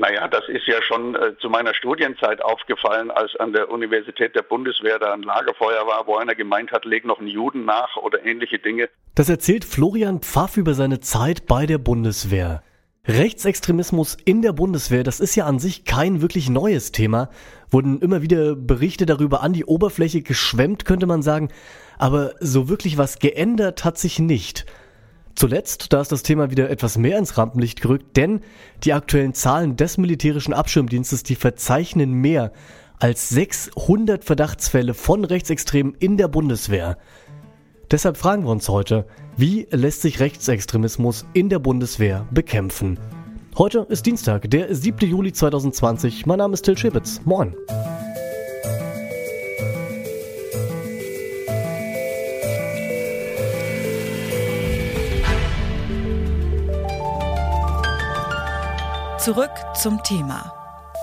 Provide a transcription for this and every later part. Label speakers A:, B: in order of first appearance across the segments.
A: Naja, das ist ja schon zu meiner Studienzeit aufgefallen, als an der Universität der Bundeswehr da ein Lagerfeuer war, wo einer gemeint hat, leg noch einen Juden nach oder ähnliche Dinge.
B: Das erzählt Florian Pfaff über seine Zeit bei der Bundeswehr. Rechtsextremismus in der Bundeswehr, das ist ja an sich kein wirklich neues Thema. Wurden immer wieder Berichte darüber an die Oberfläche geschwemmt, könnte man sagen. Aber so wirklich was geändert hat sich nicht. Zuletzt, da ist das Thema wieder etwas mehr ins Rampenlicht gerückt, denn die aktuellen Zahlen des militärischen Abschirmdienstes, die verzeichnen mehr als 600 Verdachtsfälle von Rechtsextremen in der Bundeswehr. Deshalb fragen wir uns heute, wie lässt sich Rechtsextremismus in der Bundeswehr bekämpfen? Heute ist Dienstag, der 7. Juli 2020. Mein Name ist Till Schibitz. Moin.
C: Zurück zum Thema.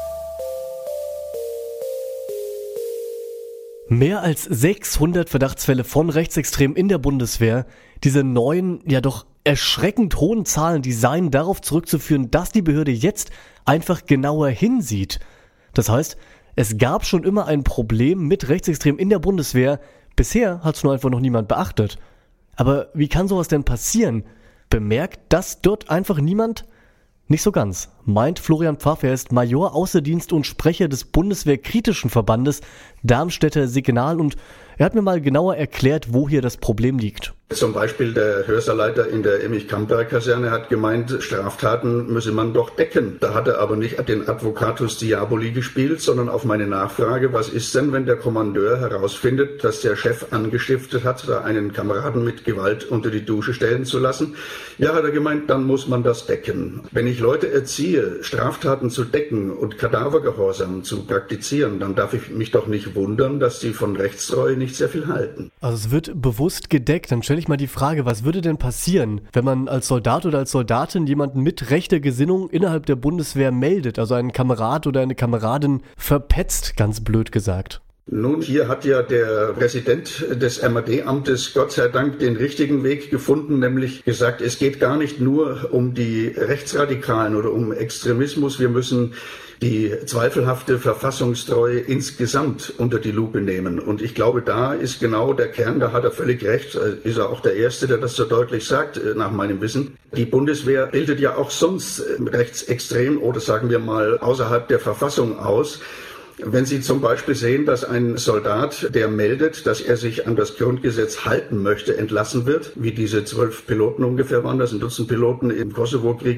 B: Mehr als 600 Verdachtsfälle von Rechtsextremen in der Bundeswehr. Diese neuen, ja doch erschreckend hohen Zahlen, die seien darauf zurückzuführen, dass die Behörde jetzt einfach genauer hinsieht. Das heißt, es gab schon immer ein Problem mit Rechtsextremen in der Bundeswehr. Bisher hat es nur einfach noch niemand beachtet. Aber wie kann sowas denn passieren? Bemerkt das dort einfach niemand? Nicht so ganz, meint Florian Pfaff. Er ist Major Außerdienst und Sprecher des Bundeswehrkritischen Verbandes Darmstädter Signal und er hat mir mal genauer erklärt, wo hier das Problem liegt.
D: Zum Beispiel der Hörsaaleiter in der Emich-Kamberg-Kaserne hat gemeint, Straftaten müsse man doch decken. Da hat er aber nicht den Advocatus Diaboli gespielt, sondern auf meine Nachfrage, was ist denn, wenn der Kommandeur herausfindet, dass der Chef angestiftet hat, da einen Kameraden mit Gewalt unter die Dusche stellen zu lassen? Ja, hat er gemeint, dann muss man das decken. Wenn ich Leute erziehe, Straftaten zu decken und Kadavergehorsam zu praktizieren, dann darf ich mich doch nicht wundern, dass sie von Rechtstreue nicht sehr viel halten.
B: Also es wird bewusst gedeckt. Dann stelle ich mal die Frage, was würde denn passieren, wenn man als Soldat oder als Soldatin jemanden mit rechter Gesinnung innerhalb der Bundeswehr meldet, also einen Kamerad oder eine Kameradin verpetzt, ganz blöd gesagt?
D: Nun, hier hat ja der Präsident des MAD-Amtes Gott sei Dank den richtigen Weg gefunden, nämlich gesagt, es geht gar nicht nur um die Rechtsradikalen oder um Extremismus, wir müssen die zweifelhafte Verfassungstreue insgesamt unter die Lupe nehmen. Und ich glaube, da ist genau der Kern, da hat er völlig recht, ist er auch der Erste, der das so deutlich sagt, nach meinem Wissen. Die Bundeswehr bildet ja auch sonst rechtsextrem oder sagen wir mal außerhalb der Verfassung aus. Wenn Sie zum Beispiel sehen, dass ein Soldat, der meldet, dass er sich an das Grundgesetz halten möchte, entlassen wird, wie diese 12 Piloten ungefähr waren, das ein Dutzend Piloten im Kosovo-Krieg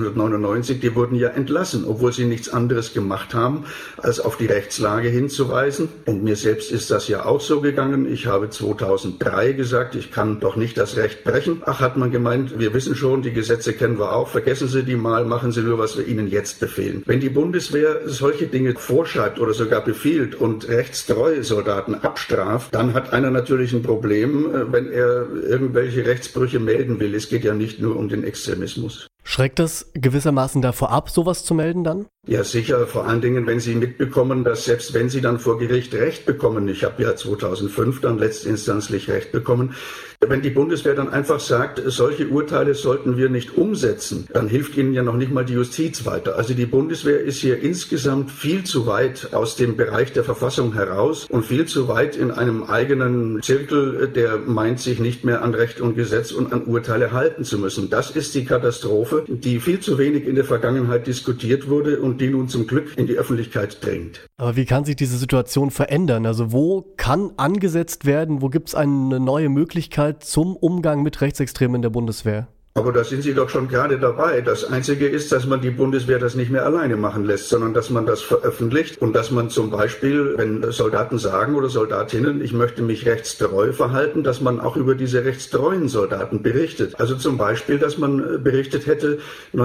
D: 1999, die wurden ja entlassen, obwohl sie nichts anderes gemacht haben, als auf die Rechtslage hinzuweisen. Und mir selbst ist das ja auch so gegangen. Ich habe 2003 gesagt, ich kann doch nicht das Recht brechen. Ach, hat man gemeint, wir wissen schon, die Gesetze kennen wir auch, vergessen Sie die mal, machen Sie nur, was wir Ihnen jetzt befehlen. Wenn die Bundeswehr solche Dinge vorschreibt oder sogar befiehlt und rechtstreue Soldaten abstraft, dann hat einer natürlich ein Problem, wenn er irgendwelche Rechtsbrüche melden will. Es geht ja nicht nur um den Extremismus.
B: Schreckt das gewissermaßen davor ab, sowas zu melden dann?
D: Ja, sicher. Vor allen Dingen, wenn Sie mitbekommen, dass selbst wenn Sie dann vor Gericht Recht bekommen, ich habe ja 2005 dann letztinstanzlich Recht bekommen, wenn die Bundeswehr dann einfach sagt, solche Urteile sollten wir nicht umsetzen, dann hilft ihnen ja noch nicht mal die Justiz weiter. Also die Bundeswehr ist hier insgesamt viel zu weit aus dem Bereich der Verfassung heraus und viel zu weit in einem eigenen Zirkel, der meint, sich nicht mehr an Recht und Gesetz und an Urteile halten zu müssen. Das ist die Katastrophe, die viel zu wenig in der Vergangenheit diskutiert wurde und die nun zum Glück in die Öffentlichkeit dringt.
B: Aber wie kann sich diese Situation verändern? Also wo kann angesetzt werden? Wo gibt es eine neue Möglichkeit zum Umgang mit Rechtsextremen in der Bundeswehr?
D: Aber da sind Sie doch schon gerade dabei. Das Einzige ist, dass man die Bundeswehr das nicht mehr alleine machen lässt, sondern dass man das veröffentlicht und dass man zum Beispiel, wenn Soldaten sagen oder Soldatinnen, ich möchte mich rechtstreu verhalten, dass man auch über diese rechtstreuen Soldaten berichtet. Also zum Beispiel, dass man berichtet hätte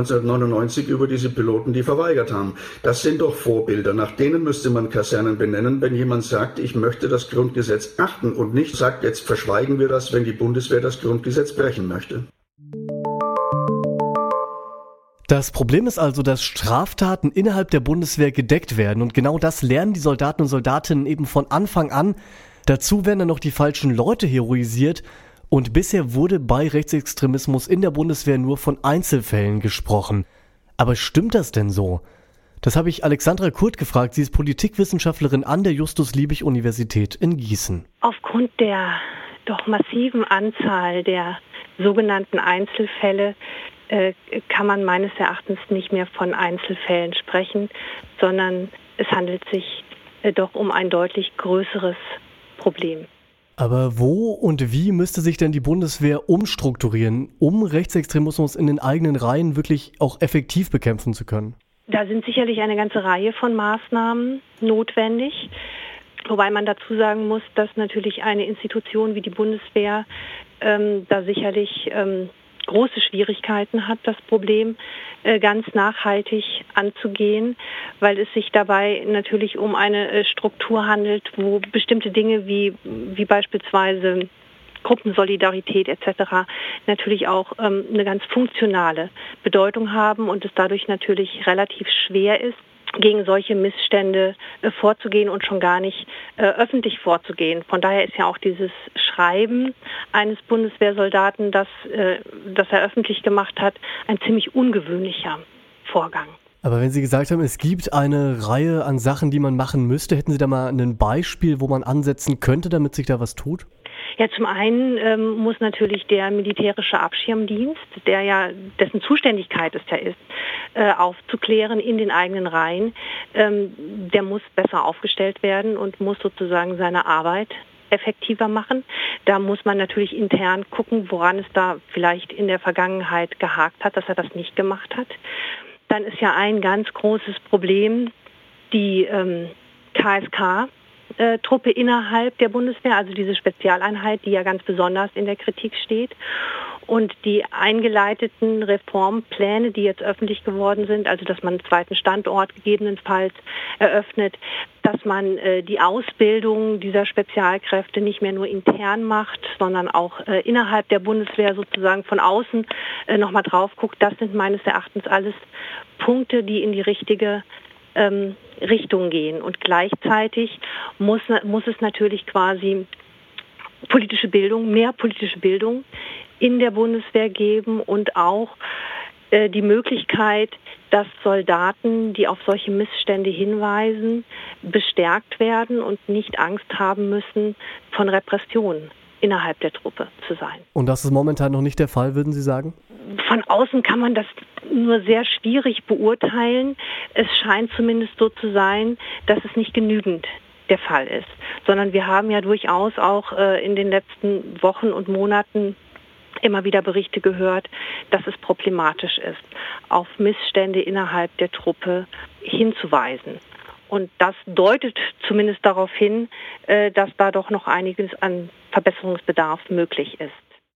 D: 1999 über diese Piloten, die verweigert haben. Das sind doch Vorbilder. Nach denen müsste man Kasernen benennen, wenn jemand sagt, ich möchte das Grundgesetz achten und nicht sagt, jetzt verschweigen wir das, wenn die Bundeswehr das Grundgesetz brechen möchte.
B: Das Problem ist also, dass Straftaten innerhalb der Bundeswehr gedeckt werden und genau das lernen die Soldaten und Soldatinnen eben von Anfang an. Dazu werden dann noch die falschen Leute heroisiert und bisher wurde bei Rechtsextremismus in der Bundeswehr nur von Einzelfällen gesprochen. Aber stimmt das denn so? Das habe ich Alexandra Kurt gefragt. Sie ist Politikwissenschaftlerin an der Justus-Liebig-Universität in Gießen.
E: Aufgrund der doch massiven Anzahl der sogenannten Einzelfälle kann man meines Erachtens nicht mehr von Einzelfällen sprechen, sondern es handelt sich doch um ein deutlich größeres Problem.
B: Aber wo und wie müsste sich denn die Bundeswehr umstrukturieren, um Rechtsextremismus in den eigenen Reihen wirklich auch effektiv bekämpfen zu können?
E: Da sind sicherlich eine ganze Reihe von Maßnahmen notwendig, wobei man dazu sagen muss, dass natürlich eine Institution wie die Bundeswehr da sicherlich große Schwierigkeiten hat, das Problem ganz nachhaltig anzugehen, weil es sich dabei natürlich um eine Struktur handelt, wo bestimmte Dinge wie beispielsweise Gruppensolidarität etc. natürlich auch eine ganz funktionale Bedeutung haben und es dadurch natürlich relativ schwer ist, gegen solche Missstände vorzugehen und schon gar nicht öffentlich vorzugehen. Von daher ist ja auch dieses Schreiben eines Bundeswehrsoldaten, das er öffentlich gemacht hat, ein ziemlich ungewöhnlicher Vorgang.
B: Aber wenn Sie gesagt haben, es gibt eine Reihe an Sachen, die man machen müsste, hätten Sie da mal ein Beispiel, wo man ansetzen könnte, damit sich da was tut?
E: Ja, zum einen muss natürlich der militärische Abschirmdienst, dessen Zuständigkeit es ja ist, aufzuklären in den eigenen Reihen, der muss besser aufgestellt werden und muss sozusagen seine Arbeit effektiver machen. Da muss man natürlich intern gucken, woran es da vielleicht in der Vergangenheit gehakt hat, dass er das nicht gemacht hat. Dann ist ja ein ganz großes Problem die KSK-Truppe innerhalb der Bundeswehr, also diese Spezialeinheit, die ja ganz besonders in der Kritik steht. Und die eingeleiteten Reformpläne, die jetzt öffentlich geworden sind, also dass man einen zweiten Standort gegebenenfalls eröffnet, dass man die Ausbildung dieser Spezialkräfte nicht mehr nur intern macht, sondern auch innerhalb der Bundeswehr sozusagen von außen nochmal drauf guckt, das sind meines Erachtens alles Punkte, die in die richtige Richtung gehen. Und gleichzeitig muss es natürlich quasi mehr politische Bildung in der Bundeswehr geben und auch die Möglichkeit, dass Soldaten, die auf solche Missstände hinweisen, bestärkt werden und nicht Angst haben müssen, von Repressionen innerhalb der Truppe zu sein.
B: Und das ist momentan noch nicht der Fall, würden Sie sagen?
E: Von außen kann man das nur sehr schwierig beurteilen. Es scheint zumindest so zu sein, dass es nicht genügend der Fall ist, sondern wir haben ja durchaus auch in den letzten Wochen und Monaten immer wieder Berichte gehört, dass es problematisch ist, auf Missstände innerhalb der Truppe hinzuweisen. Und das deutet zumindest darauf hin, dass da doch noch einiges an Verbesserungsbedarf möglich ist.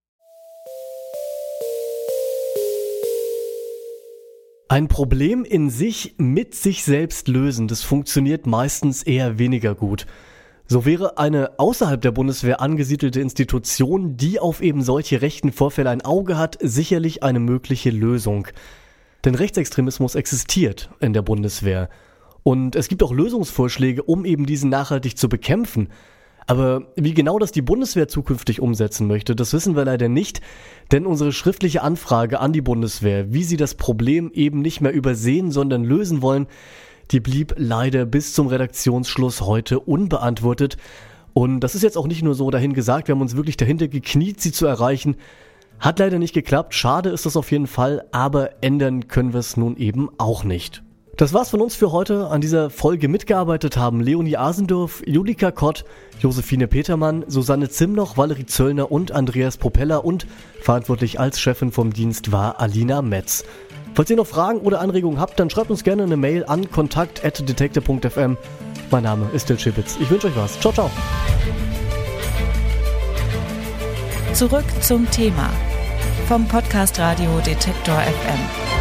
B: Ein Problem in sich mit sich selbst lösen, das funktioniert meistens eher weniger gut. So wäre eine außerhalb der Bundeswehr angesiedelte Institution, die auf eben solche rechten Vorfälle ein Auge hat, sicherlich eine mögliche Lösung. Denn Rechtsextremismus existiert in der Bundeswehr. Und es gibt auch Lösungsvorschläge, um eben diesen nachhaltig zu bekämpfen. Aber wie genau das die Bundeswehr zukünftig umsetzen möchte, das wissen wir leider nicht. Denn unsere schriftliche Anfrage an die Bundeswehr, wie sie das Problem eben nicht mehr übersehen, sondern lösen wollen, die blieb leider bis zum Redaktionsschluss heute unbeantwortet. Und das ist jetzt auch nicht nur so dahin gesagt, wir haben uns wirklich dahinter gekniet, sie zu erreichen. Hat leider nicht geklappt, schade ist das auf jeden Fall, aber ändern können wir es nun eben auch nicht. Das war's von uns für heute. An dieser Folge mitgearbeitet haben Leonie Asendorf, Julika Kott, Josephine Petermann, Susanne Zimnoch, Valerie Zöllner und Andreas Propeller und verantwortlich als Chefin vom Dienst war Alina Metz. Falls ihr noch Fragen oder Anregungen habt, dann schreibt uns gerne eine Mail an kontakt@detektor.fm. Mein Name ist Till Schibitz. Ich wünsche euch was. Ciao, ciao.
C: Zurück zum Thema vom Podcast Radio Detektor FM.